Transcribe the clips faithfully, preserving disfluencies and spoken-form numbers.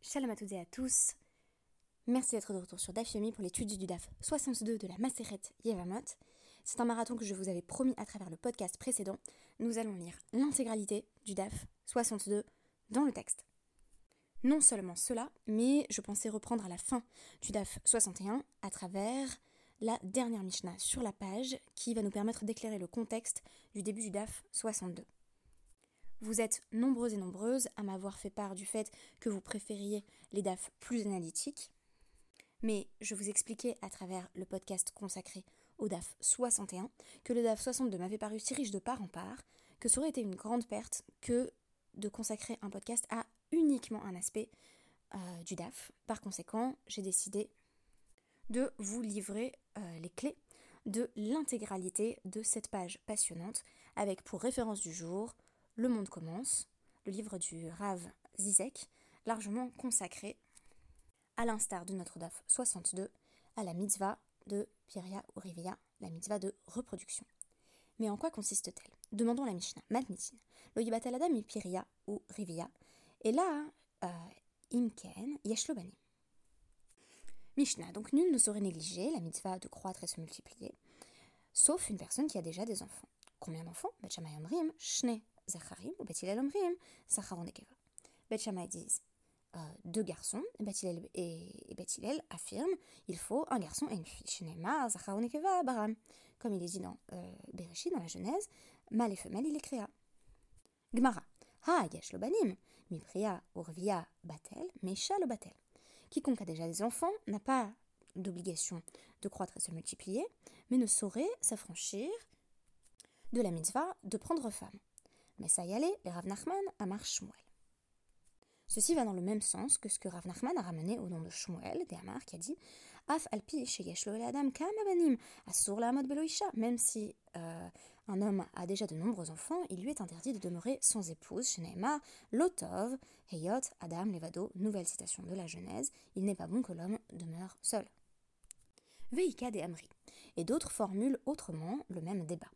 Shalom à toutes et à tous. Merci d'être de retour sur Daf Yomi pour l'étude du Daf soixante-deux de la Maseret Yevamot. C'est un marathon que je vous avais promis à travers le podcast précédent. Nous allons lire l'intégralité du Daf soixante-deux dans le texte. Non seulement cela, mais je pensais reprendre à la fin du Daf soixante et un à travers la dernière Mishnah sur la page qui va nous permettre d'éclairer le contexte du début du Daf soixante-deux. Vous êtes nombreux et nombreuses à m'avoir fait part du fait que vous préfériez les D A F plus analytiques, mais je vous expliquais à travers le podcast consacré au D A F soixante et un que le D A F soixante-deux m'avait paru si riche de part en part que ça aurait été une grande perte que de consacrer un podcast à uniquement un aspect euh, du D A F. Par conséquent, j'ai décidé de vous livrer euh, les clés de l'intégralité de cette page passionnante avec pour référence du jour Le Monde commence, le livre du Rav Zizek, largement consacré, à l'instar de notre D A F soixante-deux, à la mitzvah de Piria ou Rivia, la mitzvah de reproduction. Mais en quoi consiste-t-elle ? Demandons la Mishnah. Matnitin. Lo yibatel adam mi Piria ou Rivia. Et là, imken yesh lo banim. Mishnah. Donc nul ne saurait négliger la mitzvah de croître et se multiplier, sauf une personne qui a déjà des enfants. Combien d'enfants ? Bet Shammai omrim shne zacharim ou Bet Hillel omrim zacharon nekeva. Bet Shammai disent euh, deux garçons, et Bet Hillel, et, et Bet Hillel affirme il faut un garçon et une fille. Shneimar zacharon nekeva baram. Comme il est dit dans euh, Bereshit, dans la Genèse, mâle et femelle il les créa. Gemara. Ha yesh lo banim mi priya ou revia batel meisha lo batel. Quiconque a déjà des enfants n'a pas d'obligation de croître et se multiplier, mais ne saurait s'affranchir de la mitzvah de prendre femme. Mais ça y allait, les Rav Nachman Amar Shmuel. Ceci va dans le même sens que ce que Rav Nachman a ramené au nom de Shmuel, des Amar, qui a dit Af alpi sheyesh lo adam kam abanim asur la'amod belo isha. Même si euh, un homme a déjà de nombreux enfants, il lui est interdit de demeurer sans épouse. Shneimar lotov heyot adam levado. Nouvelle citation de la Genèse. Il n'est pas bon que l'homme demeure seul. Veika de Amri. Et d'autres formulent autrement le même débat.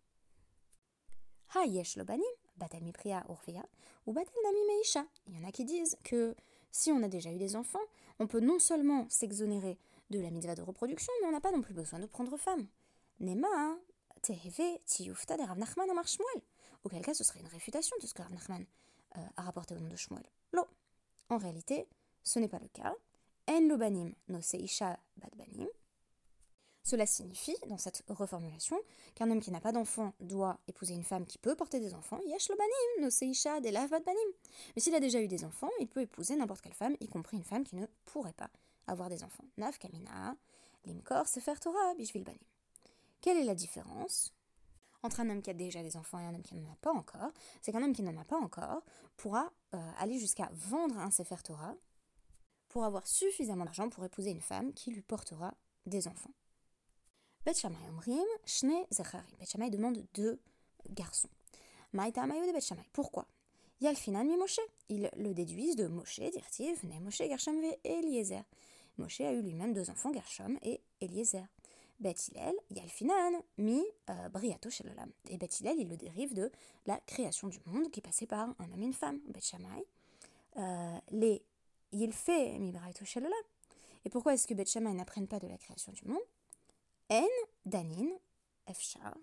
Ha yesh lo banim, batel mi priya urvia, ou batel nami meisha. Il y en a qui disent que si on a déjà eu des enfants, on peut non seulement s'exonérer de la mitzvah de reproduction, mais on n'a pas non plus besoin de prendre femme. Nema teheve tiyufta de Rav Nachman amar Shmuel. Auquel cas, ce serait une réfutation de ce que Rav Nachman euh, a rapporté au nom de Shmuel. Lo. En réalité, ce n'est pas le cas. En lo banim no seisha bat banim. Cela signifie, dans cette reformulation, qu'un homme qui n'a pas d'enfant doit épouser une femme qui peut porter des enfants. Yesh lo banim, no seisha de lav bat banim. Mais s'il a déjà eu des enfants, il peut épouser n'importe quelle femme, y compris une femme qui ne pourrait pas avoir des enfants. Nav kamina, limkor sefer Torah bishvil banim. Quelle est la différence entre un homme qui a déjà des enfants et un homme qui n'en a pas encore ? C'est qu'un homme qui n'en a pas encore pourra euh, aller jusqu'à vendre un sefer Torah pour avoir suffisamment d'argent pour épouser une femme qui lui portera des enfants. Bet Shammai omrim shne zacharim. Bet Shammai demande deux garçons. Maïta maïou de Bet Shammai. Pourquoi ? Yalfinan mi Moshe. Ils le déduisent de Moshe, dirtiv, ne Moshe Gershom ve Eliezer. Moshe a eu lui-même deux enfants, Gershom et Eliezer. Bet Hillel, Yalfinan mi euh, Briato shel olam. Et Bet Hillel, il le dérive de la création du monde qui passait par un homme et une femme. Bet Shammai, euh, les Yilfe mi Briato shel olam. Et pourquoi est-ce que Bet Shammai n'apprennent pas de la création du monde ? En danin efshar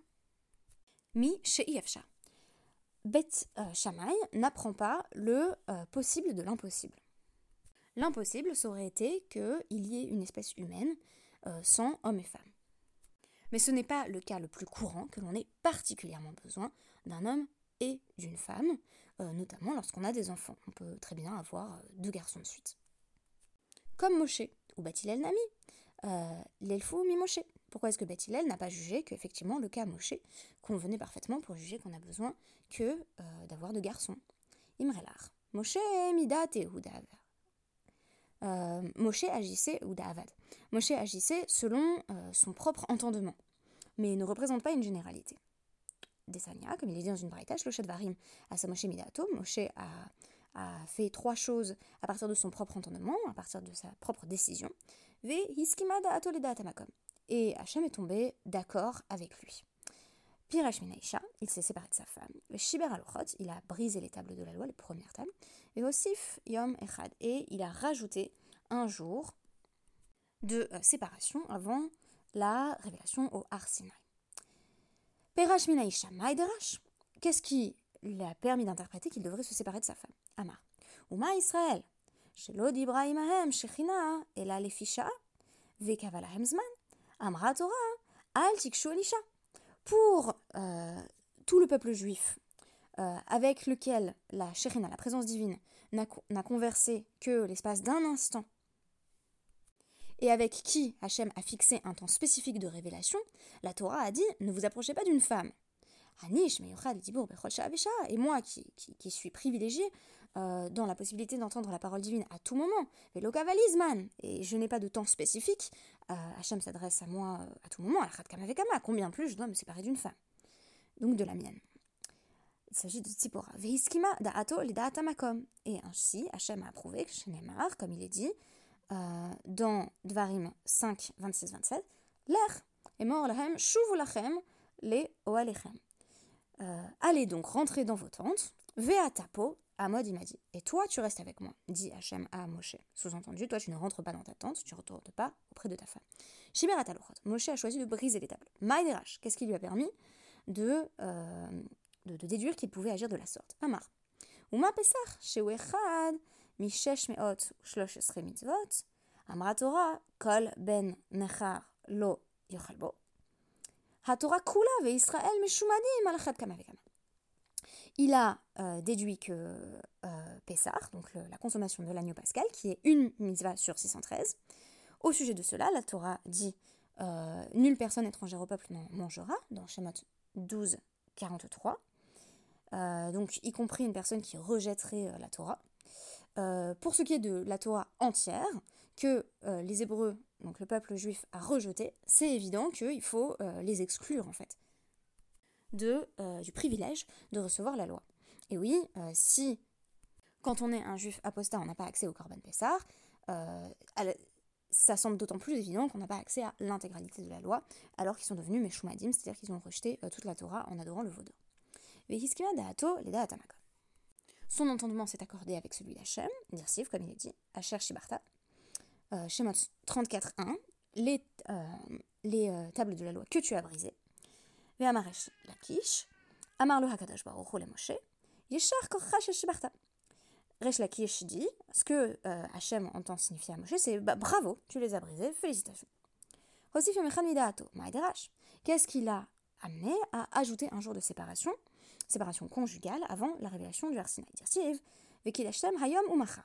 mi shei efshar. Bet euh, Shammai n'apprend pas le euh, possible de l'impossible. L'impossible, ça aurait été qu'il y ait une espèce humaine euh, sans hommes et femmes. Mais ce n'est pas le cas le plus courant que l'on ait particulièrement besoin d'un homme et d'une femme, euh, notamment lorsqu'on a des enfants. On peut très bien avoir euh, deux garçons de suite. Comme Moshe, ou Bet Hillel Nami, euh, l'elfou mi Moshe. Pourquoi est-ce que Bet Hillel n'a pas jugé qu'effectivement le cas Moshe convenait parfétement pour juger qu'on a besoin que euh, d'avoir de garçons ? Imrelar. Moshe mida tehudav. Euh, Moshe agissait, ou d'avad. Moshe agissait selon euh, son propre entendement, mais ne représente pas une généralité. Desania, comme il est dit dans une braïta, Shloshet Varim, asa Moshe midato, Moshe a, a fait trois choses à partir de son propre entendement, à partir de sa propre décision. Ve hiskima da'ato leda'at hamakom. Et Hachem est tombé d'accord avec lui. Pirash Minaïcha, il s'est séparé de sa femme. Shiber Alochot, il a brisé les tables de la loi, les premières tables. Et Osif Yom Echad, et il a rajouté un jour de euh, séparation avant la révélation au Har Sinaï. Pirash Minaïcha Maïderash, qu'est-ce qui lui a permis d'interpréter qu'il devrait se séparer de sa femme? Amar. Uma Israël, Shelo Dibra Imahem Shechina, Ela Lefisha, Vekavalahem Zman, Amra Torah, Al Tikshu Elisha. Pour euh, tout le peuple juif, euh, avec lequel la Shekhinah, la présence divine, n'a, n'a conversé que l'espace d'un instant, et avec qui Hachem a fixé un temps spécifique de révélation, la Torah a dit « Ne vous approchez pas d'une femme ». Et moi qui, qui, qui suis privilégiée euh, dans la possibilité d'entendre la parole divine à tout moment, et je n'ai pas de temps spécifique, euh, Hachem s'adresse à moi euh, à tout moment, combien plus je dois me séparer d'une femme, donc de la mienne. Il s'agit de Tzipora. Et ainsi, Hachem a approuvé que Shenemar, comme il est dit, euh, dans Dvarim cinq, vingt-six vingt-sept, Lech, Emor lahem, shuvu lachem, le oalechem. Euh, allez donc rentrer dans vos tentes, ve'atapo, Amod il m'a dit, et toi tu restes avec moi, dit Hachem à Moshe. Sous-entendu, toi tu ne rentres pas dans ta tente, tu ne retournes pas auprès de ta femme. Shiberat alochot, Moshe a choisi de briser les tables. Maïderash, qu'est-ce qui lui a permis de, euh, de, de déduire qu'il pouvait agir de la sorte? Amar. Uma pesach, sheu echad, mishesh meot, shlosh esre mitzvot, amra Torah, kol ben nechar lo yochalbo. HaTorah kula ve Israël meshumadim al achad kama vekama. Il a euh, déduit que euh, Pessah, donc le, la consommation de l'agneau pascal, qui est une mitzvah sur six cent treize, au sujet de cela, la Torah dit euh, « Nulle personne étrangère au peuple n'en mangera » dans Shemot douze, quarante-trois, euh, donc y compris une personne qui rejetterait euh, la Torah. Euh, pour ce qui est de la Torah entière, que euh, les Hébreux, donc le peuple juif, a rejeté, c'est évident qu'il faut euh, les exclure en fait de, euh, du privilège de recevoir la loi. Et oui, euh, si quand on est un juif apostat, on n'a pas accès au Korban Pessah, euh, la, ça semble d'autant plus évident qu'on n'a pas accès à l'intégralité de la loi, alors qu'ils sont devenus meshumadim, c'est-à-dire qu'ils ont rejeté euh, toute la Torah en adorant le veau d'or. Son entendement s'est accordé avec celui d'Hachem, Dirsif, comme il est dit, Asher Shibarta, euh, Shemot trente-quatre un, les, euh, les euh, tables de la loi que tu as brisées. Ve'amaresh Lakish, Amar lo Hakadosh Baruch Hu le Moshe, Yeshar korcha shel Shibarta. Resh Lakish dit, ce que euh, Hachem entend signifier à Moshe, c'est bah, bravo, tu les as brisés, félicitations. Hosif Yomechad Midaato, Maïderash. Qu'est-ce qu'il a amené à ajouter un jour de séparation, séparation conjugale avant la révélation du Har Sinaï. Dirtiv, Vekidashtem Hayom ou Machar.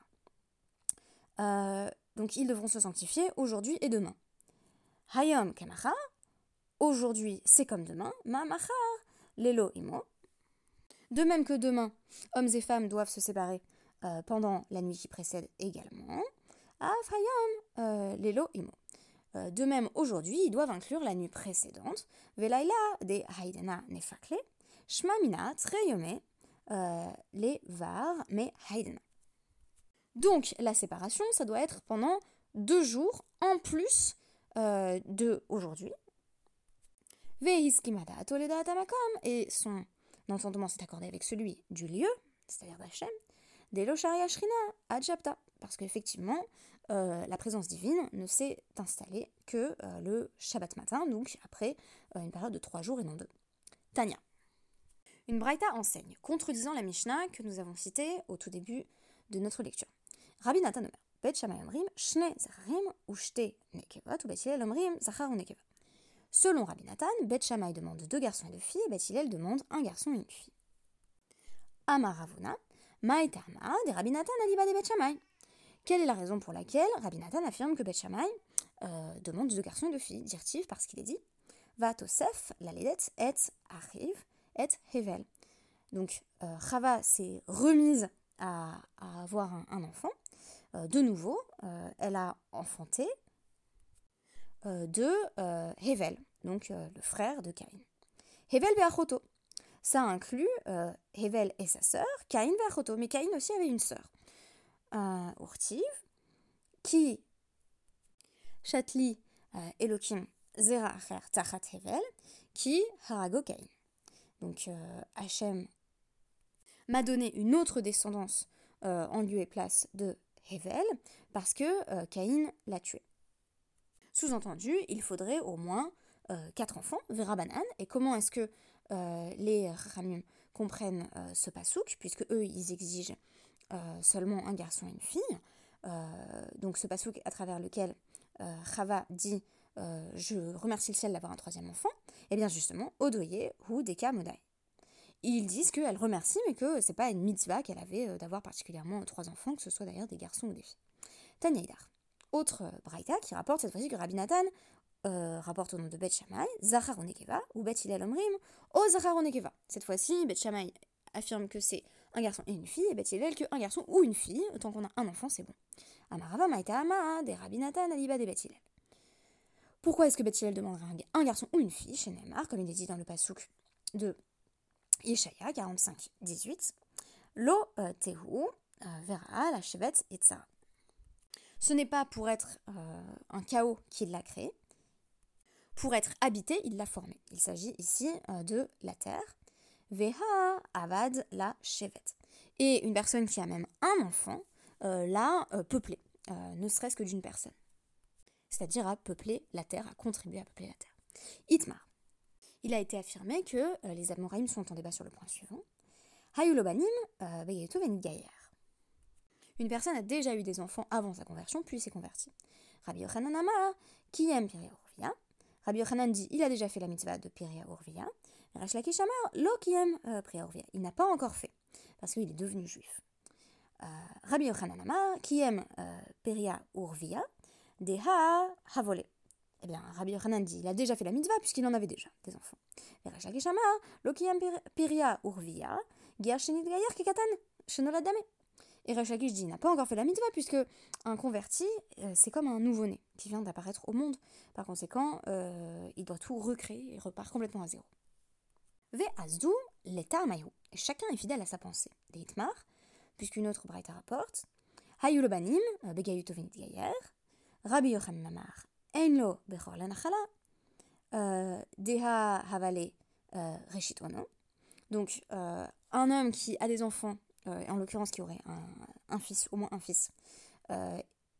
Donc ils devront se sanctifier aujourd'hui et demain. Hayom Kemachar, aujourd'hui c'est comme demain, Ma Machar, Lelo Imo. De même que demain, hommes et femmes doivent se séparer euh, pendant la nuit qui précède également. Af Hayom, euh, Lelo Imo. Euh, de même, aujourd'hui, ils doivent inclure la nuit précédente. Velaila de Haidena Nefakle, Shma Mina Treyome, les Var me Haidena. Donc, la séparation, ça doit être pendant deux jours en plus euh, de aujourd'hui. Vehiskimada Toleda Tamakom, et son entendement s'est accordé avec celui du lieu, c'est-à-dire d'Hachem, Delo Sharia Shrina Adjapta, parce qu'effectivement, Euh, la présence divine ne s'est installée que euh, le Shabbat matin, donc après euh, une période de trois jours et non deux. Tanya. Une braïta enseigne, contredisant la Mishnah que nous avons citée au tout début de notre lecture. Rabbi Nathan Omer, Bet Shammai Omrim, Shne Zacharim ou Shte Nekevot ou Bet Hillel Omrim Zachar ou Nekeva. Selon Rabbi Nathan, Bet Shammai demande deux garçons et deux filles, et Bet Hillel demande un garçon et une fille. Amar Ravuna, Maïtama de Rabbi Nathan Aliba de Bet Shammai. Quelle est la raison pour laquelle Rabbi Nathan affirme que Beth Shammai euh, demande deux garçons et deux filles? Dirtiv, parce qu'il est dit Va Tosef, la Ledet, et Achiv, et Hevel. Donc, euh, Chava s'est remise à, à avoir un, un enfant. Euh, de nouveau, euh, elle a enfanté euh, de euh, Hevel, donc euh, le frère de Caïn. Hevel Be'achoto. Ça inclut euh, Hevel et sa sœur, Caïn Be'achoto. Mais Caïn aussi avait une sœur. Uh, Urtiv, qui Chatli uh, Elokim Zera Acher Tachat Hevel, qui Harago Caïn. donc euh, Hachem m'a donné une autre descendance euh, en lieu et place de Hevel, parce que euh, Caïn l'a tué. Sous-entendu, il faudrait au moins euh, quatre enfants, Verabanan, et comment est-ce que euh, les Ramim comprennent euh, ce pasouk, puisque eux, ils exigent euh, seulement un garçon et une fille. Euh, donc ce pasouk à travers lequel euh, Chava dit euh, « Je remercie le ciel d'avoir un troisième enfant », et bien justement, Odoye ou Deka Modai. Ils disent qu'elle remercie, mais que c'est pas une mitzvah qu'elle avait euh, d'avoir particulièrement euh, trois enfants, que ce soit d'ailleurs des garçons ou des filles. Tanya Idar. Autre euh, braïta qui rapporte cette fois-ci que Rabbi Nathan euh, rapporte au nom de Bet Shammai, Zachar ou Nekeva, ou Bet Hillel Omrim, O Zachar ou Nekeva. Cette fois-ci, Bet Shammai affirme que c'est un garçon et une fille, et Bet Hillel qu'un garçon ou une fille, tant qu'on a un enfant, c'est bon. Amarava Maïta Ama, des Rabbi Nathan, Aliba des Bet Hillel. Pourquoi est-ce que Bet Hillel demanderait un, un garçon ou une fille chez Neymar, comme il est dit dans le pasouk de Yeshaya quarante-cinq dix-huit, Lo euh, Tehu euh, Vera la Shevet Yetzara. Ce n'est pas pour être euh, un chaos qu'il l'a créé, pour être habité, il l'a formé. Il s'agit ici euh, de la terre, Veha Avad la Shevet. Et une personne qui a même un enfant euh, l'a euh, peuplé, euh, ne serait-ce que d'une personne. C'est-à-dire à peupler la terre, à contribuer à peupler la terre. Itmar. Il a été affirmé que euh, les Amoraïm sont en débat sur le point suivant. Hayulobanim Beyetu Venit Gayer. Une personne a déjà eu des enfants avant sa conversion, puis s'est convertie. Rabbi Yochanan Amar, qui aime Piria Urvia. Rabbi Yochanan dit il a déjà fait la mitzvah de Piria Urvia. Resh Lakish Amar, Lo qui aime euh, Piria Urvia. Il n'a pas encore fait, parce qu'il est devenu juif. Euh, Rabbi Yochanan Amar, qui aime euh, Piria Urvia, Deha Havole. Eh bien, Rabbi Yochanan dit il a déjà fait la mitzvah, puisqu'il en avait déjà des enfants. Resh Lakish Amar, Lo qui aime Piria Urvia, Ger Shenit Gayer Kekatan, Shenoladame. Et Resh Lakish dit, il n'a pas encore fait la mitzvah, puisque un converti, euh, c'est comme un nouveau-né qui vient d'apparaître au monde. Par conséquent, euh, il doit tout recréer et repart complètement à zéro. Ve Azdu, l'état Mayu. Et chacun est fidèle à sa pensée. Des Hitmar, puisqu'une autre braïta rapporte, Hayulobanim, Begayutovinit Gayer, Rabbi Yochanan Amar, Einlo Bechor Lanachala, Deha Havale Reshit Ono. Donc, euh, un homme qui a des enfants, Euh, en l'occurrence qui aurait un, un fils, au moins un fils, euh,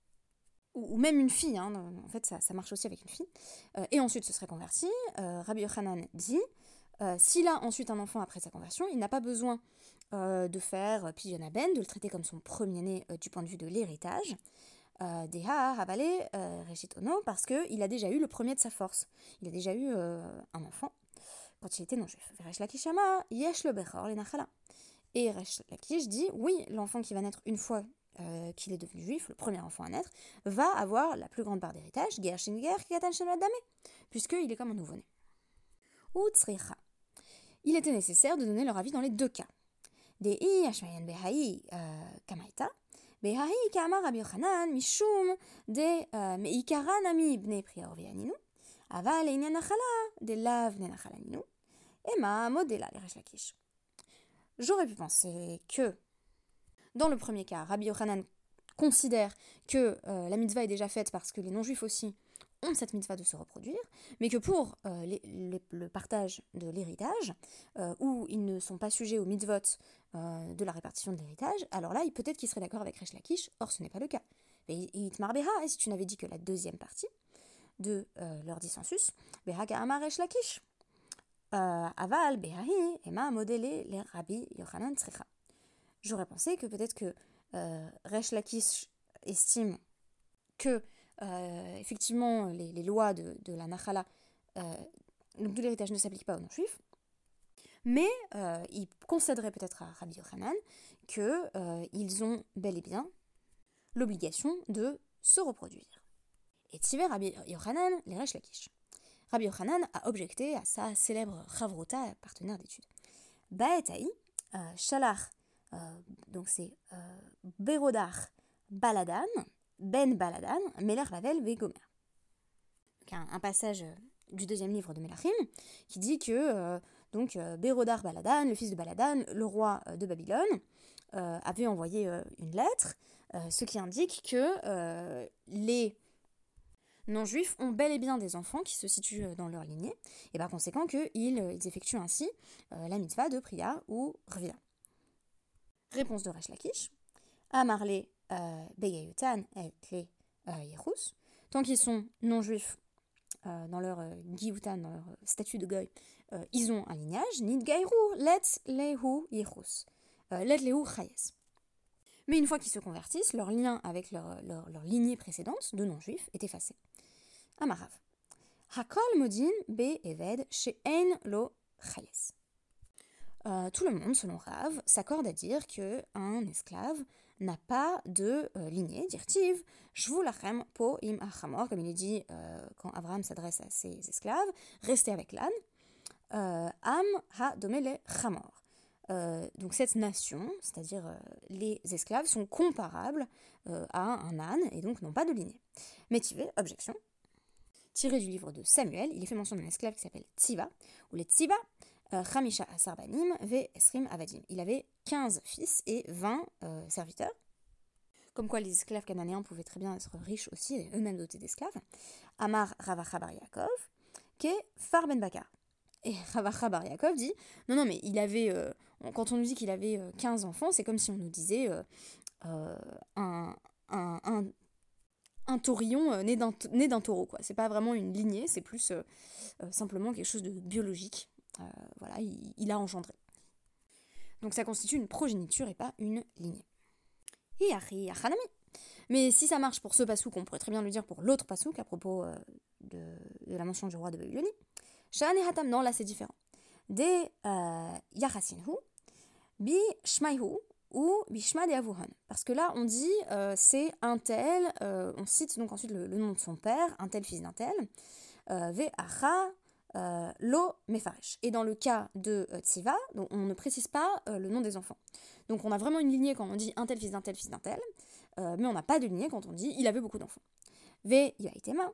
ou, ou même une fille, hein, en fait ça, ça marche aussi avec une fille, euh, et ensuite se serait converti, euh, Rabbi Yochanan dit, euh, s'il a ensuite un enfant après sa conversion, il n'a pas besoin euh, de faire pidyon haben, de le traiter comme son premier-né euh, du point de vue de l'héritage, euh, Deha Havale Reshit Ono, parce qu'il a déjà eu le premier de sa force, il a déjà eu euh, un enfant quand il était non-juif. Veresh Lakish Amar, Yesh le Bechor Lenachala. Et Resh Lakish dit, oui, l'enfant qui va naître une fois euh, qu'il est devenu juif, le premier enfant à naître, va avoir la plus grande part d'héritage, Ger Shinger Kekatan Shenoladame, puisqu'il est comme un nouveau-né. Ou Tzricha. Il était nécessaire de donner leur avis dans les deux cas. Dei Ashmayan Behai Kamaita, Behai Kamar Rabbi Yochanan, Mishum, de Meikaran Ami Bnei Priya Orvianinu, Aval Einyan Nachala, de Lav Nenachalaninu, Ema Modela les Resh Lakish. J'aurais pu penser que, dans le premier cas, Rabbi Yochanan considère que euh, la mitzvah est déjà faite parce que les non-juifs aussi ont cette mitzvah de se reproduire, mais que pour euh, les, les, le partage de l'héritage, euh, où ils ne sont pas sujets aux mitzvot euh, de la répartition de l'héritage, alors là, peut-être qu'il serait d'accord avec Resh Lakish, or ce n'est pas le cas. Et Itmar Beha, et si tu n'avais dit que la deuxième partie de euh, leur dissensus, Beha Ka'amar Resh Lakish, Euh, Aval, Behahi, Emma, modélé les Rabbi Yochanan Tzricha. J'aurais pensé que peut-être que euh, Resh Lakish estime que, euh, effectivement, les, les lois de, de la Nachala, euh, de l'héritage ne s'appliquent pas aux non-juifs, mais euh, il concéderait peut-être à Rabbi Yochanan qu'ils euh, ont bel et bien l'obligation de se reproduire. Et Tziver Rabbi Yochanan, les Resh Lakish. Rabbi Yochanan a objecté à sa célèbre Chavrota, partenaire d'études. Baetaï, euh, Shalach, euh, donc c'est euh, Berodach Baladan, Ben Baladan, Melech Bavel Vegomer. Un, un passage du deuxième livre de Melachim qui dit que euh, donc euh, Berodach Baladan, le fils de Baladan, le roi euh, de Babylone, euh, avait envoyé euh, une lettre, euh, ce qui indique que euh, les non-juifs ont bel et bien des enfants qui se situent dans leur lignée, et par conséquent qu'ils ils effectuent ainsi euh, la mitzvah de Priya ou Rvia. Réponse de Resh Lakish. Amarle euh, Beyayutan et Kle Yerus. Tant qu'ils sont non-juifs euh, dans leur euh, Giyutan, dans leur euh, statut de goy, euh, ils ont un lignage. Nid Gairu Let Lehu Yerus. Euh, let Lehu Chayes. Mais une fois qu'ils se convertissent, leur lien avec leur, leur, leur lignée précédente de non-juifs est effacé. Amarav. Hakol modin be eved she'en lo chayes. Euh, tout le monde, selon Rav, s'accorde à dire qu'un esclave n'a pas de euh, lignée, dirtiv, shvu lachem po im achamor, comme il est dit euh, quand Abraham s'adresse à ses esclaves, restez avec l'âne, euh, am ha domele chamor. Euh, donc cette nation, c'est-à-dire euh, les esclaves, sont comparables euh, à un âne et donc n'ont pas de lignée. Métivé, objection. Tiré du livre de Samuel, il est fait mention d'un esclave qui s'appelle Tziva, ou les Tziva, Chamisha Asar Banim, Ve Esrim Avadim. Il avait quinze fils et vingt euh, serviteurs. Comme quoi les esclaves cananéens pouvaient très bien être riches aussi, et eux-mêmes dotés d'esclaves. Amar Ravacha Bar Yaakov, qui est Far Ben Bakar. Et Ravacha Bar Yaakov dit, non, non, mais il avait, euh, quand on nous dit qu'il avait euh, quinze enfants, c'est comme si on nous disait euh, euh, un, un, un, un taurillon euh, né, d'un, né d'un taureau, quoi. C'est pas vraiment une lignée, c'est plus euh, euh, simplement quelque chose de biologique. Euh, voilà, il, il a engendré. Donc ça constitue une progéniture et pas une lignée. Et Ari Achanami. Mais si ça marche pour ce pasouk, on pourrait très bien le dire pour l'autre pasouk à propos euh, de, de la mention du roi de Babylonie. Shane Hatam, non, là c'est différent. De euh, Yachasinhu, Bi Shmaihu ou Bi Shma de Avuhan. Parce que là on dit euh, c'est un tel, euh, on cite donc ensuite le, le nom de son père, un tel fils d'un tel, euh, Ve Acha. Euh, lo mefaresh. Et dans le cas de euh, Tziva, donc on ne précise pas euh, le nom des enfants. Donc on a vraiment une lignée quand on dit un tel fils d'un tel fils d'un tel, euh, mais on n'a pas de lignée quand on dit il avait beaucoup d'enfants. Ve yaitema.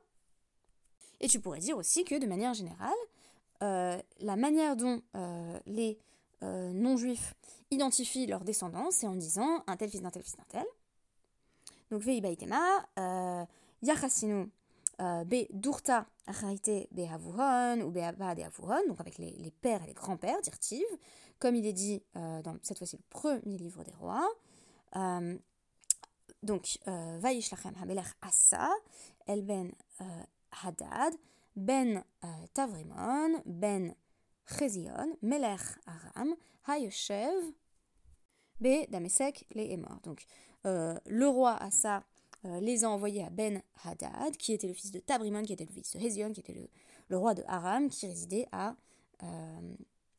Et tu pourrais dire aussi que de manière générale, euh, la manière dont euh, les euh, non-juifs identifient leurs descendants, c'est en disant un tel fils d'un tel fils d'un tel. Donc ve yaitema, euh, yachasinu. Euh, be durta acharite be havuhon ou be abba de havuhon, donc avec les, les pères et les grands-pères, dirtiv, comme il est dit euh, dans cette fois-ci le premier livre des rois. Euh, donc, Vayish lachem hamelech Asa, el ben euh, Hadad, ben euh, Tavrimon, ben Chezion, melech Aram, hayoshev be damesek le emor. Donc, euh, le roi Asa Euh, les a envoyés à Ben Hadad, qui était le fils de Tabrimon, qui était le fils de Hézion, qui était le, le roi de Aram, qui résidait à euh,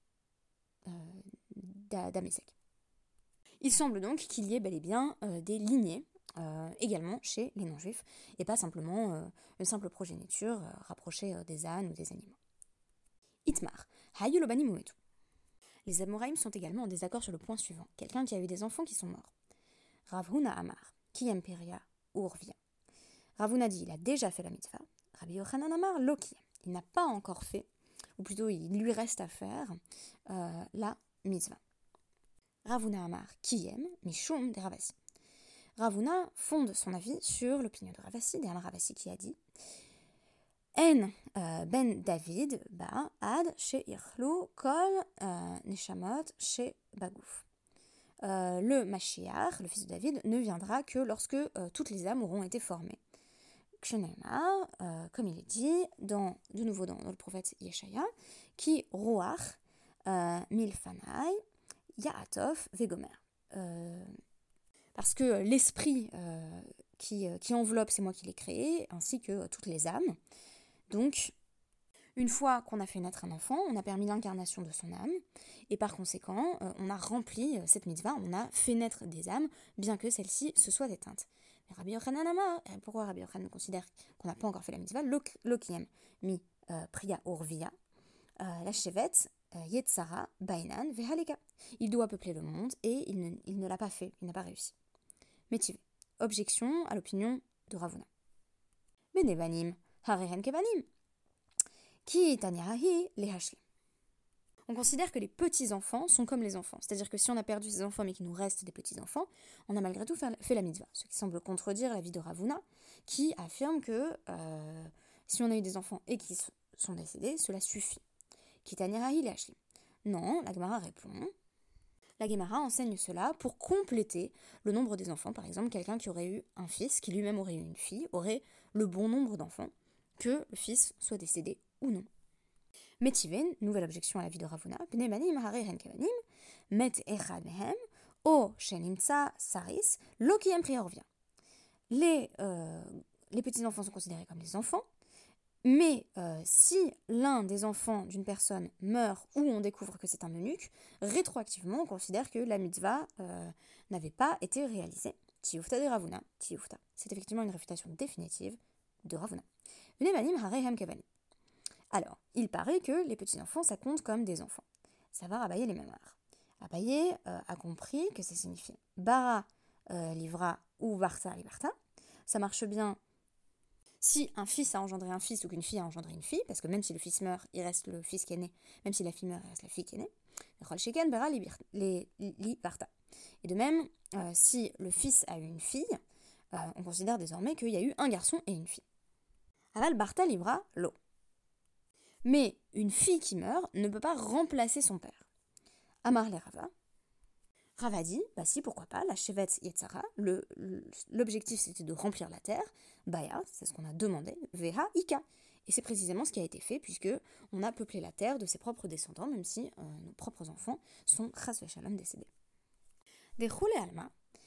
euh, Damesek. Il semble donc qu'il y ait bel et bien euh, des lignées euh, également chez les non-juifs, et pas simplement euh, une simple progéniture euh, rapprochée euh, des ânes ou des animaux. Itmar, Hayu Lobanim Umetu. Les Amoraïm sont également en désaccord sur le point suivant. Quelqu'un qui a eu des enfants qui sont morts. Rav Huna Amar, qui Peria ou Rvia. Rav Huna dit il a déjà fait la mitzvah. Rabbi Yochanan Amar Loki, il n'a pas encore fait, ou plutôt il lui reste à faire euh, la mitzvah. Rav Huna Amar Kiyem Mishum de Ravasi. Rav Huna fonde son avis sur l'opinion de Ravasi, derrière Ravasi qui a dit En euh, ben David ba ad she irchlu kol euh, neshamot she bagouf. Euh, le Mashiach, le fils de David, ne viendra que lorsque euh, toutes les âmes auront été formées. Kshenema, euh, comme il est dit, dans, de nouveau dans, dans le prophète Yeshaya, qui roach euh, milfanai yaatov vegomer. Euh, parce que l'esprit euh, qui, euh, qui enveloppe, c'est moi qui l'ai créé, ainsi que euh, toutes les âmes. Donc, une fois qu'on a fait naître un enfant, on a permis l'incarnation de son âme, et par conséquent, euh, on a rempli euh, cette mitzvah, on a fait naître des âmes, bien que celles-ci se soient éteintes. Mais Rabbi Yochanan Amar, pourquoi Rabbi Yochanan considère qu'on n'a pas encore fait la mitzvah, Lokiem mi euh, priya urvia, euh, la chevet, euh, yetzara, bainan, vehaleka. Il doit peupler le monde, et il ne, il ne l'a pas fait, il n'a pas réussi. Métivé. Objection à l'opinion de Rav Huna. Benevanim, harehen kevanim. Qui taniahi lehashlim. On considère que les petits-enfants sont comme les enfants, c'est-à-dire que si on a perdu ses enfants mais qu'il nous reste des petits-enfants, on a malgré tout fait la mitzvah, ce qui semble contredire l'avis de Ravuna, qui affirme que euh, si on a eu des enfants et qu'ils sont décédés, cela suffit. Kitaniarahi le hashlim. Non, la Gemara répond. La Gemara enseigne cela pour compléter le nombre des enfants. Par exemple, quelqu'un qui aurait eu un fils, qui lui-même aurait eu une fille, aurait le bon nombre d'enfants, que le fils soit décédé ou non. Metiven, nouvelle objection à la vie de Ravuna, Bnei banim harei kevanim, met echad mehem, o shenimtsa saris, lo ki em priorvia. Les, euh, les petits-enfants sont considérés comme des enfants, mais euh, si l'un des enfants d'une personne meurt ou on découvre que c'est un eunuque, rétroactivement on considère que la mitzvah euh, n'avait pas été réalisée. Tiyufta de Ravuna, tiyufta. C'est effectivement une réfutation définitive de Ravuna. Bnei banim harei kevanim. Alors, il paraît que les petits-enfants, ça compte comme des enfants. Ça va Abaye les mémoires. Abaye euh, a compris que ça signifie bara euh, livra ou varta libarta. Ça marche bien si un fils a engendré un fils ou qu'une fille a engendré une fille, parce que même si le fils meurt, il reste le fils qui est né. Même si la fille meurt, il reste la fille qui est née. bara libarta. Et de même, euh, si le fils a eu une fille, euh, on considère désormais qu'il y a eu un garçon et une fille. Aval barta livra lo. Mais une fille qui meurt ne peut pas remplacer son père. Amar le Rava. Rava dit, bah si, pourquoi pas, la chevet yetzara, le, le, l'objectif c'était de remplir la terre, baya, c'est ce qu'on a demandé, veha ika. Et c'est précisément ce qui a été fait, puisque on a peuplé la terre de ses propres descendants, même si euh, nos propres enfants sont chas v'shalom décédés. Des choule alma,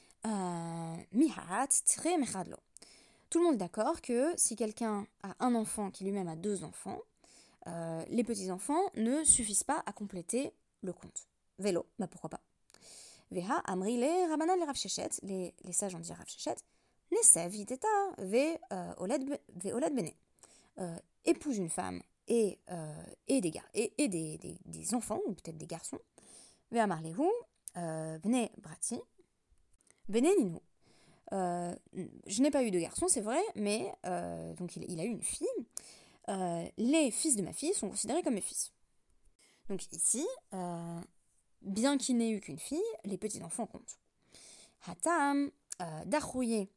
mihat tre mechadlo. Tout le monde est d'accord que si quelqu'un a un enfant qui lui-même a deux enfants, Euh, les petits-enfants ne suffisent pas à compléter le compte. Vélo, bah pourquoi pas. Veha amri le rabanan le Rav Sheshet, les, les sages ont dit Rav Sheshet, nesev yiteta ve olad bene. Euh, épouse une femme et, euh, et, des, gar- et, et des, des, des enfants, ou peut-être des garçons. Ve amar lehu, bene brati, bene ninu. Euh, je n'ai pas eu de garçon, c'est vrai, mais euh, donc il, il a eu une fille. Euh, les fils de ma fille sont considérés comme mes fils. Donc ici, euh, bien qu'il n'ait eu qu'une fille, les petits-enfants comptent. Hatam, dachrouye,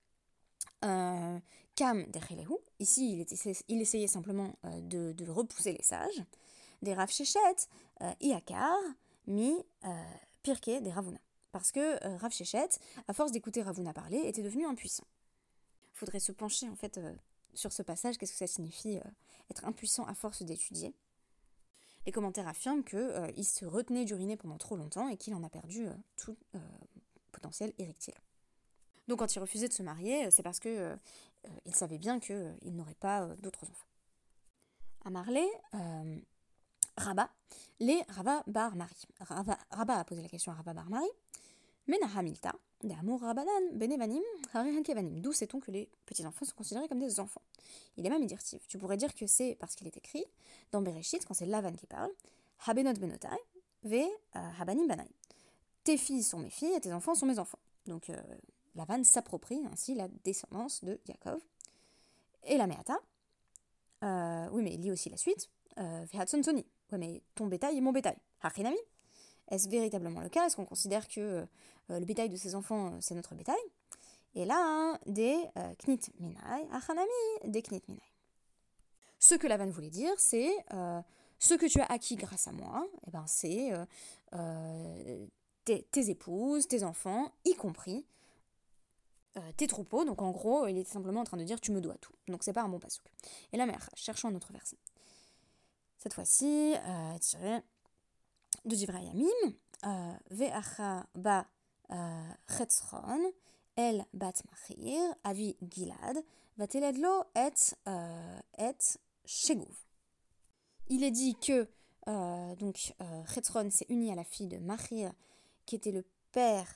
kam dechilehu. Ici, il, était, il essayait simplement euh, de, de repousser les sages. Des Rav Sheshet, iakar, mi pirke des Ravuna. Parce que euh, Rav Sheshet, à force d'écouter Ravuna parler, était devenu impuissant. Il faudrait se pencher en fait euh, sur ce passage, qu'est-ce que ça signifie euh, être impuissant à force d'étudier. Les commentaires affirment qu'il euh, se retenait d'uriner pendant trop longtemps et qu'il en a perdu euh, tout euh, potentiel érectile. Donc quand il refusait de se marier, c'est parce qu'il euh, euh, savait bien qu'il euh, n'aurait pas euh, d'autres enfants. À Marley, euh, Rabba, les Rabba bar Mari. Rabba, Rabba a posé la question à Rabba bar Mari. Menahamilta, de Amour Rabbanan, Benevanim, Harihan Kevanim. D'où sait-on que les petits-enfants sont considérés comme des enfants? Il est même dirtif. Tu pourrais dire que c'est parce qu'il est écrit dans Bereshit, quand c'est Lavan qui parle, Habenot Benotai, Ve Habanim Banai. Tes filles sont mes filles et tes enfants sont mes enfants. Donc euh, Lavan s'approprie ainsi la descendance de Yaakov. Et la Meata, euh, oui, mais il lit aussi la suite, Ve Hatson Toni. Oui, mais ton bétail est mon bétail. Hachinami. Est-ce véritablement le cas? Est-ce qu'on considère que euh, le bétail de ses enfants, euh, c'est notre bétail? Et là, hein, des euh, knit minai, achanami, des knit minai. Ce que Lavan voulait dire, c'est euh, ce que tu as acquis grâce à moi, eh ben, c'est euh, euh, tes, tes épouses, tes enfants, y compris euh, tes troupeaux. Donc en gros, il était simplement en train de dire tu me dois tout. Donc c'est pas un bon pasouk. Et là, cherchons un autre verset. Cette fois-ci, euh, tiré de Divrei Yamim, ve'acha ba chetzron, el bat machir, avi gilad, vateledlo et et shegouv. Il est dit que euh, donc euh, Chetzron s'est uni à la fille de Machir, qui était le père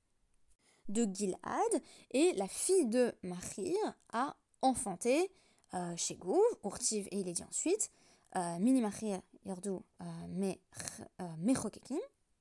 de Gilad, et la fille de Machir a enfanté euh, Shegouv, Urtiv, et il est dit ensuite Mini Machir Yardu Mechokekim.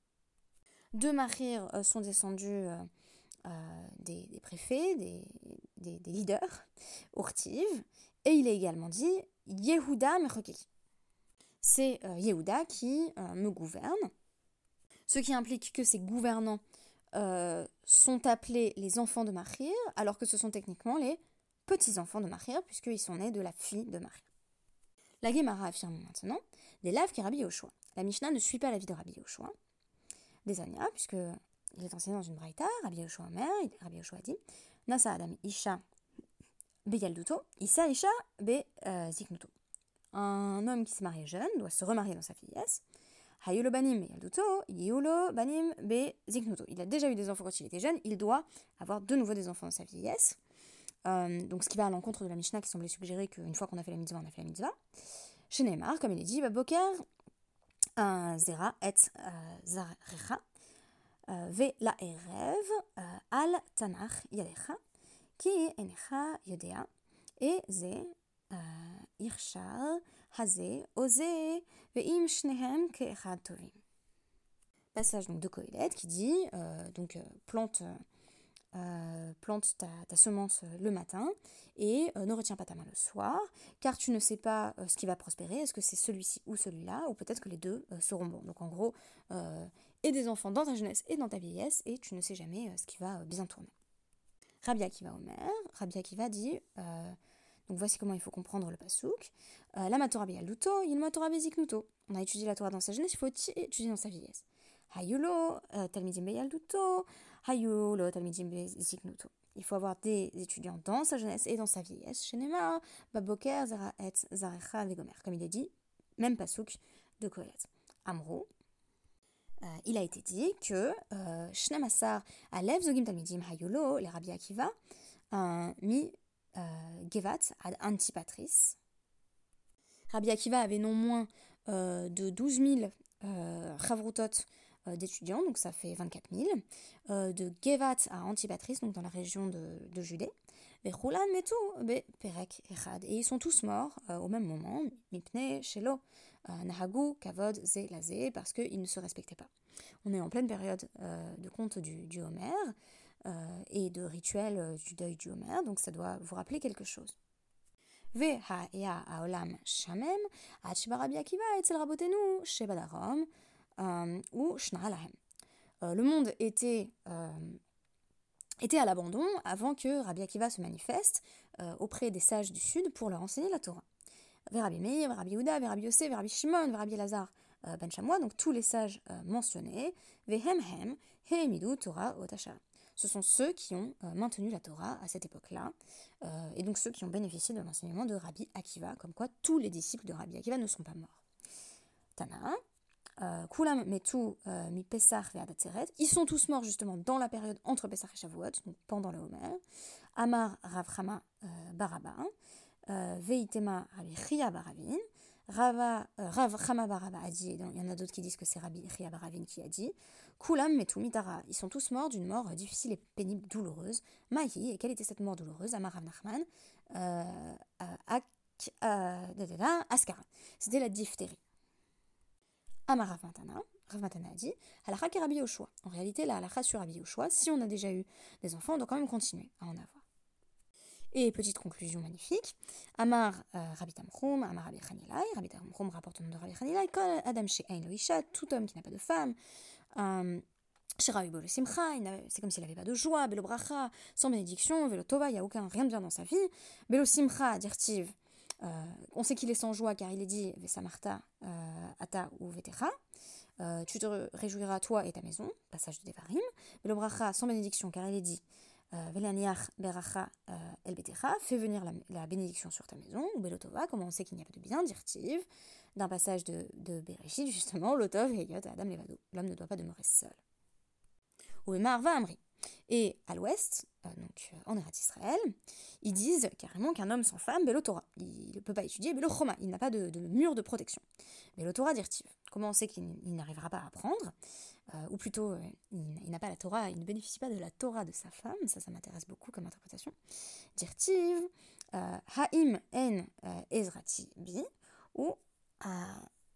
De Machir euh, sont descendus euh, euh, des, des préfets, des, des, des leaders, Urtiv, et il est également dit Yehuda Mechokekim. c'est euh, Yehuda qui euh, me gouverne, ce qui implique que ces gouvernants euh, sont appelés les enfants de Machir, alors que ce sont techniquement les petits-enfants de Machir, puisqu'ils sont nés de la fille de Machir. La Gemara affirme maintenant, des laves qui Rabbi Yoshua. La Mishnah ne suit pas l'avis de Rabbi Yoshua, des Anya, puisqu'il est enseigné dans une braïta, Rabbi Yoshua Omer, Rabbi Yoshua dit, Nasa Adam Isha be Yalduto, Issa Isha be euh, Ziknuto. Un homme qui s'est marié jeune doit se remarier dans sa vieillesse. Hayulo banim be Yalduto, Yulo banim be Ziknuto. Il a déjà eu des enfants quand il était jeune, il doit avoir de nouveau des enfants dans sa vieillesse. Euh, donc ce qui va à l'encontre de la Mishnah qui semblait suggérer qu'une fois qu'on a fait la mitzvah, on a fait la mitzvah. Chez Neymar, comme il est dit, Baboker, Zera et Zarecha, Ve la Erev, Al Tanach Yadecha, Ki Enecha Yodea, et Ze, Irshar, Haze, Oze, Veim Shnehem Keechad Tovim. Passage donc de Kohelet qui dit, euh, donc euh, plante. Euh, plante ta, ta semence le matin et euh, ne retiens pas ta main le soir, car tu ne sais pas euh, ce qui va prospérer, est-ce que c'est celui-ci ou celui-là, ou peut-être que les deux euh, seront bons. Donc en gros, euh, aie des enfants dans ta jeunesse et dans ta vieillesse, et tu ne sais jamais euh, ce qui va euh, bien tourner. Rabbi Akiva Omer, Rabbi Akiva dit, euh, donc voici comment il faut comprendre le pasouk, euh, la Matorah Beyalduto, il Matorah Beziknuto. On a étudié la Torah dans sa jeunesse, il faut étudier dans sa vieillesse. Hayulo, Talmidim Beyalduto, Hayulo, Talmidim Beziknuto. Il faut avoir des étudiants dans sa jeunesse et dans sa vieillesse. Chez Neymar, Baboker, Zera et Zarecha, Vegomer. Comme il est dit, même pasouk de Kohelet. Amro, euh, il a été dit que Shnam Asar, Alev Zogim Talmidim Hayulo, les Rabbi Akiva, euh, mi euh, Gevat ad Antipatris. Rabbi Akiva avait non moins euh, de douze mille euh, Chavrutot euh, d'étudiants, donc ça fait vingt-quatre mille, euh, de Gevat à Antipatris, donc dans la région de, de Judée, Vechulan Metu be Perek Echad, et ils sont tous morts euh, au même moment, Mipne Shelo, Nahagu, Kavod, Ze, Lazé, parce qu'ils ne se respectaient pas. On est en pleine période euh, de conte du, du Homer euh, et de rituel euh, du deuil du Homer, donc ça doit vous rappeler quelque chose. וההיה העולם שמם עד שבא רבי עקיבא אצל רבותינו שבדרום ושנע להם. Le monde était, euh, était à l'abandon avant que Rabbi Akiva se manifeste euh, auprès des sages du sud pour leur enseigner la Torah. Vers Rabbi Meir, vers Rabbi Yehuda, vers Rabbi Yossé, vers Rabbi Shimon, vers Rabbi Elazar euh, ben Shammua, donc tous les sages euh, mentionnés, Vehem hem, heemidu Torah otashar. Ce sont ceux qui ont euh, maintenu la Torah à cette époque-là, euh, et donc ceux qui ont bénéficié de l'enseignement de Rabbi Akiva, comme quoi tous les disciples de Rabbi Akiva ne sont pas morts. Tana, Kulam metu mi Pesach ve'ad Atzeret, ils sont tous morts justement dans la période entre Pesach et Shavuot, donc pendant le Homer. Amar Rav Chama Baraba, Veitema Rabbi Chia Baravin, Rava, euh, Rav Chama Baraba a dit, il y en a d'autres qui disent que c'est Rabbi Chia Baravin qui a dit, Kulam metu mitara, ils sont tous morts d'une mort difficile et pénible, douloureuse. Mahi, et quelle était cette mort douloureuse? Amar Rav Nachman, euh, ak, euh, Askara, c'était la diphtérie. Amar Rav Matana, Rav Matana a dit, halakha ki Rabbi Yoshua. En réalité, la halakha sur Rabbi Yoshua, si on a déjà eu des enfants, on doit quand même continuer à en avoir. Et petite conclusion magnifique, Amar euh, Rabbi Tamchum, Amar Rabbi Chanilai, Rabbi Tamchum rapporte au nom de Rabbi Chanilai, Kol Adam She'ein Lo Isha, tout homme qui n'a pas de femme, euh, Sheravi Bolo Simcha, c'est comme s'il n'avait pas de joie, Belo Bracha, sans bénédiction, Velo Tova, il n'y a aucun, rien de bien dans sa vie, Belo Simcha, dirtiv, euh, on sait qu'il est sans joie car il est dit, Vesamarta, euh, Ata ou Vetecha, euh, tu te réjouiras toi et ta maison, passage de Devarim, Belo Bracha, sans bénédiction car il est dit, Velaniach beracha el betecha, fais venir la, la bénédiction sur ta maison, ou belotova, comment on sait qu'il n'y a pas de bien, dirtiv, d'un passage de, de Bereshit, justement, lotov heyot adam levado, l'homme ne doit pas demeurer seul. Ou Emar va Amri. Et à l'ouest, euh, donc euh, en Eretz Israël, ils disent carrément qu'un homme sans femme, belotora, il ne peut pas étudier, belochoma, il n'a pas de, de mur de protection. Belotora dirtiv, comment on sait qu'il n'arrivera pas à apprendre? Euh, ou plutôt, euh, il, il n'a pas la Torah, il ne bénéficie pas de la Torah de sa femme, ça, ça m'intéresse beaucoup comme interprétation. Dirtiv, euh, Haim en euh, Ezrati bi, ou euh,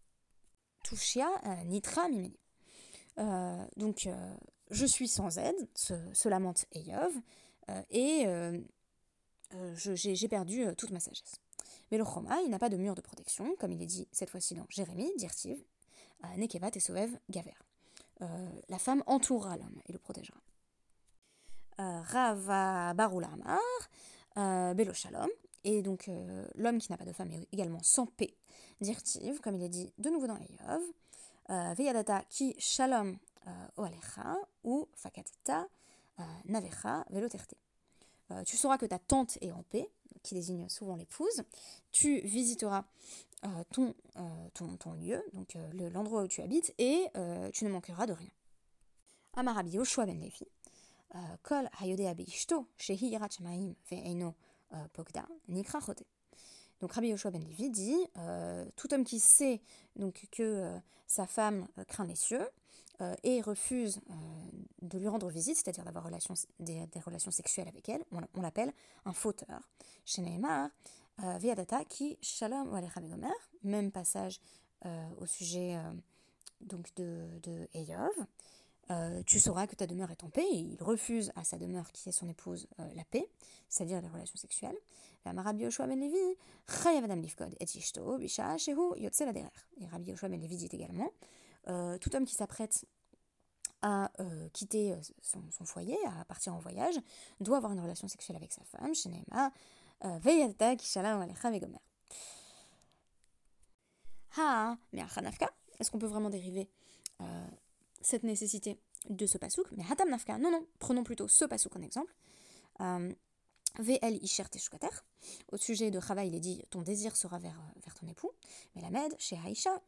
Tushia euh, Nitra Mimeni. Euh, donc, euh, je suis sans aide, se, se lamente Eyov, euh, et euh, euh, je, j'ai, j'ai perdu euh, toute ma sagesse. Mais le choma, il n'a pas de mur de protection, comme il est dit cette fois-ci dans Jérémie, dirtiv, Nekevat et Sovev Gaver. Euh, la femme entourera l'homme et le protégera. Euh, Rava Barula Amar, euh, Belo Shalom, et donc euh, l'homme qui n'a pas de femme est également sans paix, dirtiv, comme il est dit de nouveau dans Eyov, euh, Veyadata ki Shalom Oalecha, ou Fakatita Navecha Veloterte. Euh, tu sauras que ta tante est en paix, qui désigne souvent l'épouse. Tu visiteras euh, ton, euh, ton, ton lieu, donc euh, le, l'endroit où tu habites, et euh, tu ne manqueras de rien. Amarabi Yoshua ben Levi, Kol Hayodea Beishto, Shehi Yirat Shamaim Ve'eino Pogda, Nikra Chote. Donc Rabbi Yoshua ben Levi dit euh, tout homme qui sait donc, que euh, sa femme euh, craint les cieux euh, et refuse euh, de lui rendre visite, c'est-à-dire d'avoir relation, des, des relations sexuelles avec elle, on, on l'appelle un fauteur. Chez Neymar, Ve'adata ki Shalom Oalecha Begomer, même passage euh, au sujet euh, donc de, de Eyov. Euh, tu sauras que ta demeure est en paix, et il refuse à sa demeure, qui est son épouse, euh, la paix, c'est-à-dire les relations sexuelles. Et Rabbi Yoshua ben Levi, Chayav adam lifkod et ishto bisha shehu yotze laderer. Et Rabbi Yoshua ben Levi dit également, euh, tout homme qui s'apprête à euh, quitter son, son foyer, à partir en voyage, doit avoir une relation sexuelle avec sa femme, Shenema, Veyadata kishalam alecha vegomer. Ha, mais achanafka, est-ce qu'on peut vraiment dériver euh, cette nécessité de ce pasouk? Mais hatam nafka, non, non, prenons plutôt ce pasouk en exemple. Euh, V'el isher teshukater. Au sujet de Chava, il est dit ton désir sera vers, vers ton époux. Mais la med, chez Haïcha,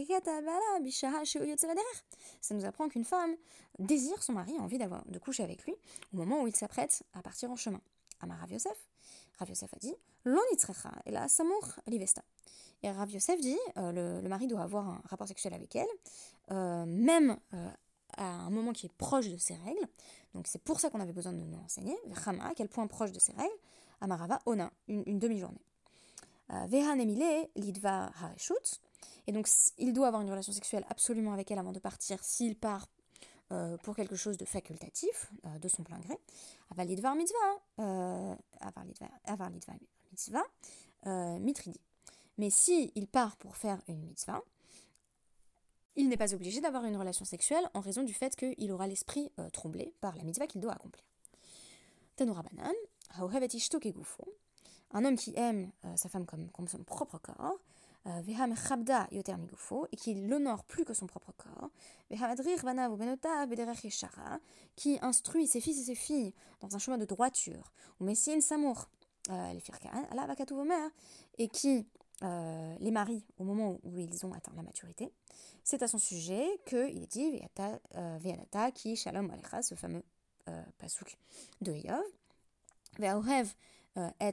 ça nous apprend qu'une femme désire son mari, a envie d'avoir, de coucher avec lui au moment où il s'apprête à partir en chemin. Amar Rav Yosef, Rav Yosef a dit L'on itzrecha, et la samour livesta. Et Rav Yosef dit euh, le, le mari doit avoir un rapport sexuel avec elle, euh, même euh, à un moment qui est proche de ses règles. Donc c'est pour ça qu'on avait besoin de nous renseigner. Chama, à quel point proche de ses règles? Amarava, ona, une, une demi-journée. Veha nemile, lidva hareshut. Et donc il doit avoir une relation sexuelle absolument avec elle avant de partir, s'il part euh, pour quelque chose de facultatif, euh, de son plein gré. Avar lidvar mitzvah, euh, avar lidvar, avar lidvar mitzvah, euh, mitridi. Mais si il part pour faire une mitzvah, il n'est pas obligé d'avoir une relation sexuelle en raison du fait qu'il aura l'esprit euh, troublé par la mitzvah qu'il doit accomplir. Tanoura banan, haohevet ishto kegufo, un homme qui aime euh, sa femme comme, comme son propre corps, veham chabda yoter migufo, et qui l'honore plus que son propre corps, vehamadrir banav ou benota bederech yeshara, qui instruit ses fils et ses filles dans un chemin de droiture, ou messin samour, les firkan, ala vakatu vomer, et qui euh, les marie au moment où ils ont atteint la maturité. C'est à son sujet qu'il est dit Ve'adata ki shalom alecha, ce fameux euh, pasouk de Eyov. Ve'aohev et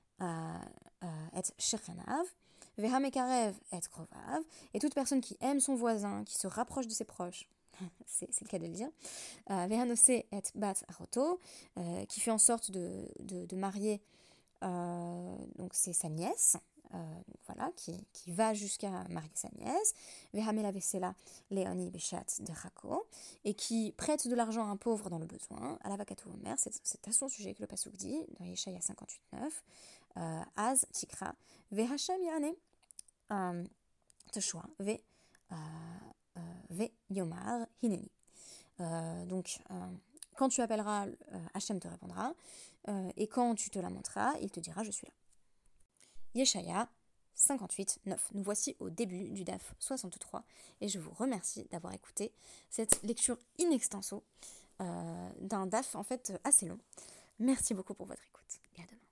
et shechanav, ve'hamekarev et krovav, et toute personne qui aime son voisin, qui se rapproche de ses proches, c'est, c'est le cas de le dire, ve'hanose et bat aroto, qui fait en sorte de, de, de marier, euh, donc c'est sa nièce. Euh, voilà, qui, qui va jusqu'à marier sa nièce, Vehamela Vesela Léonie Béchat de Rako, et qui prête de l'argent à un pauvre dans le besoin, à la Vakatou Omer, c'est, c'est à son sujet que le Passouk dit, dans Yeshaya cinquante-huit neuf, euh, Az Tikra, Vehashem Yane, Teshua, Ve Ve Yomar Hineni. Donc, euh, quand tu appelleras, euh, Hachem te répondra, euh, et quand tu te lamenteras, il te dira je suis là. Yeshaya cinquante-huit neuf. Nous voici au début du D A F soixante-trois et je vous remercie d'avoir écouté cette lecture in extenso euh, d'un D A F en fait assez long. Merci beaucoup pour votre écoute et à demain.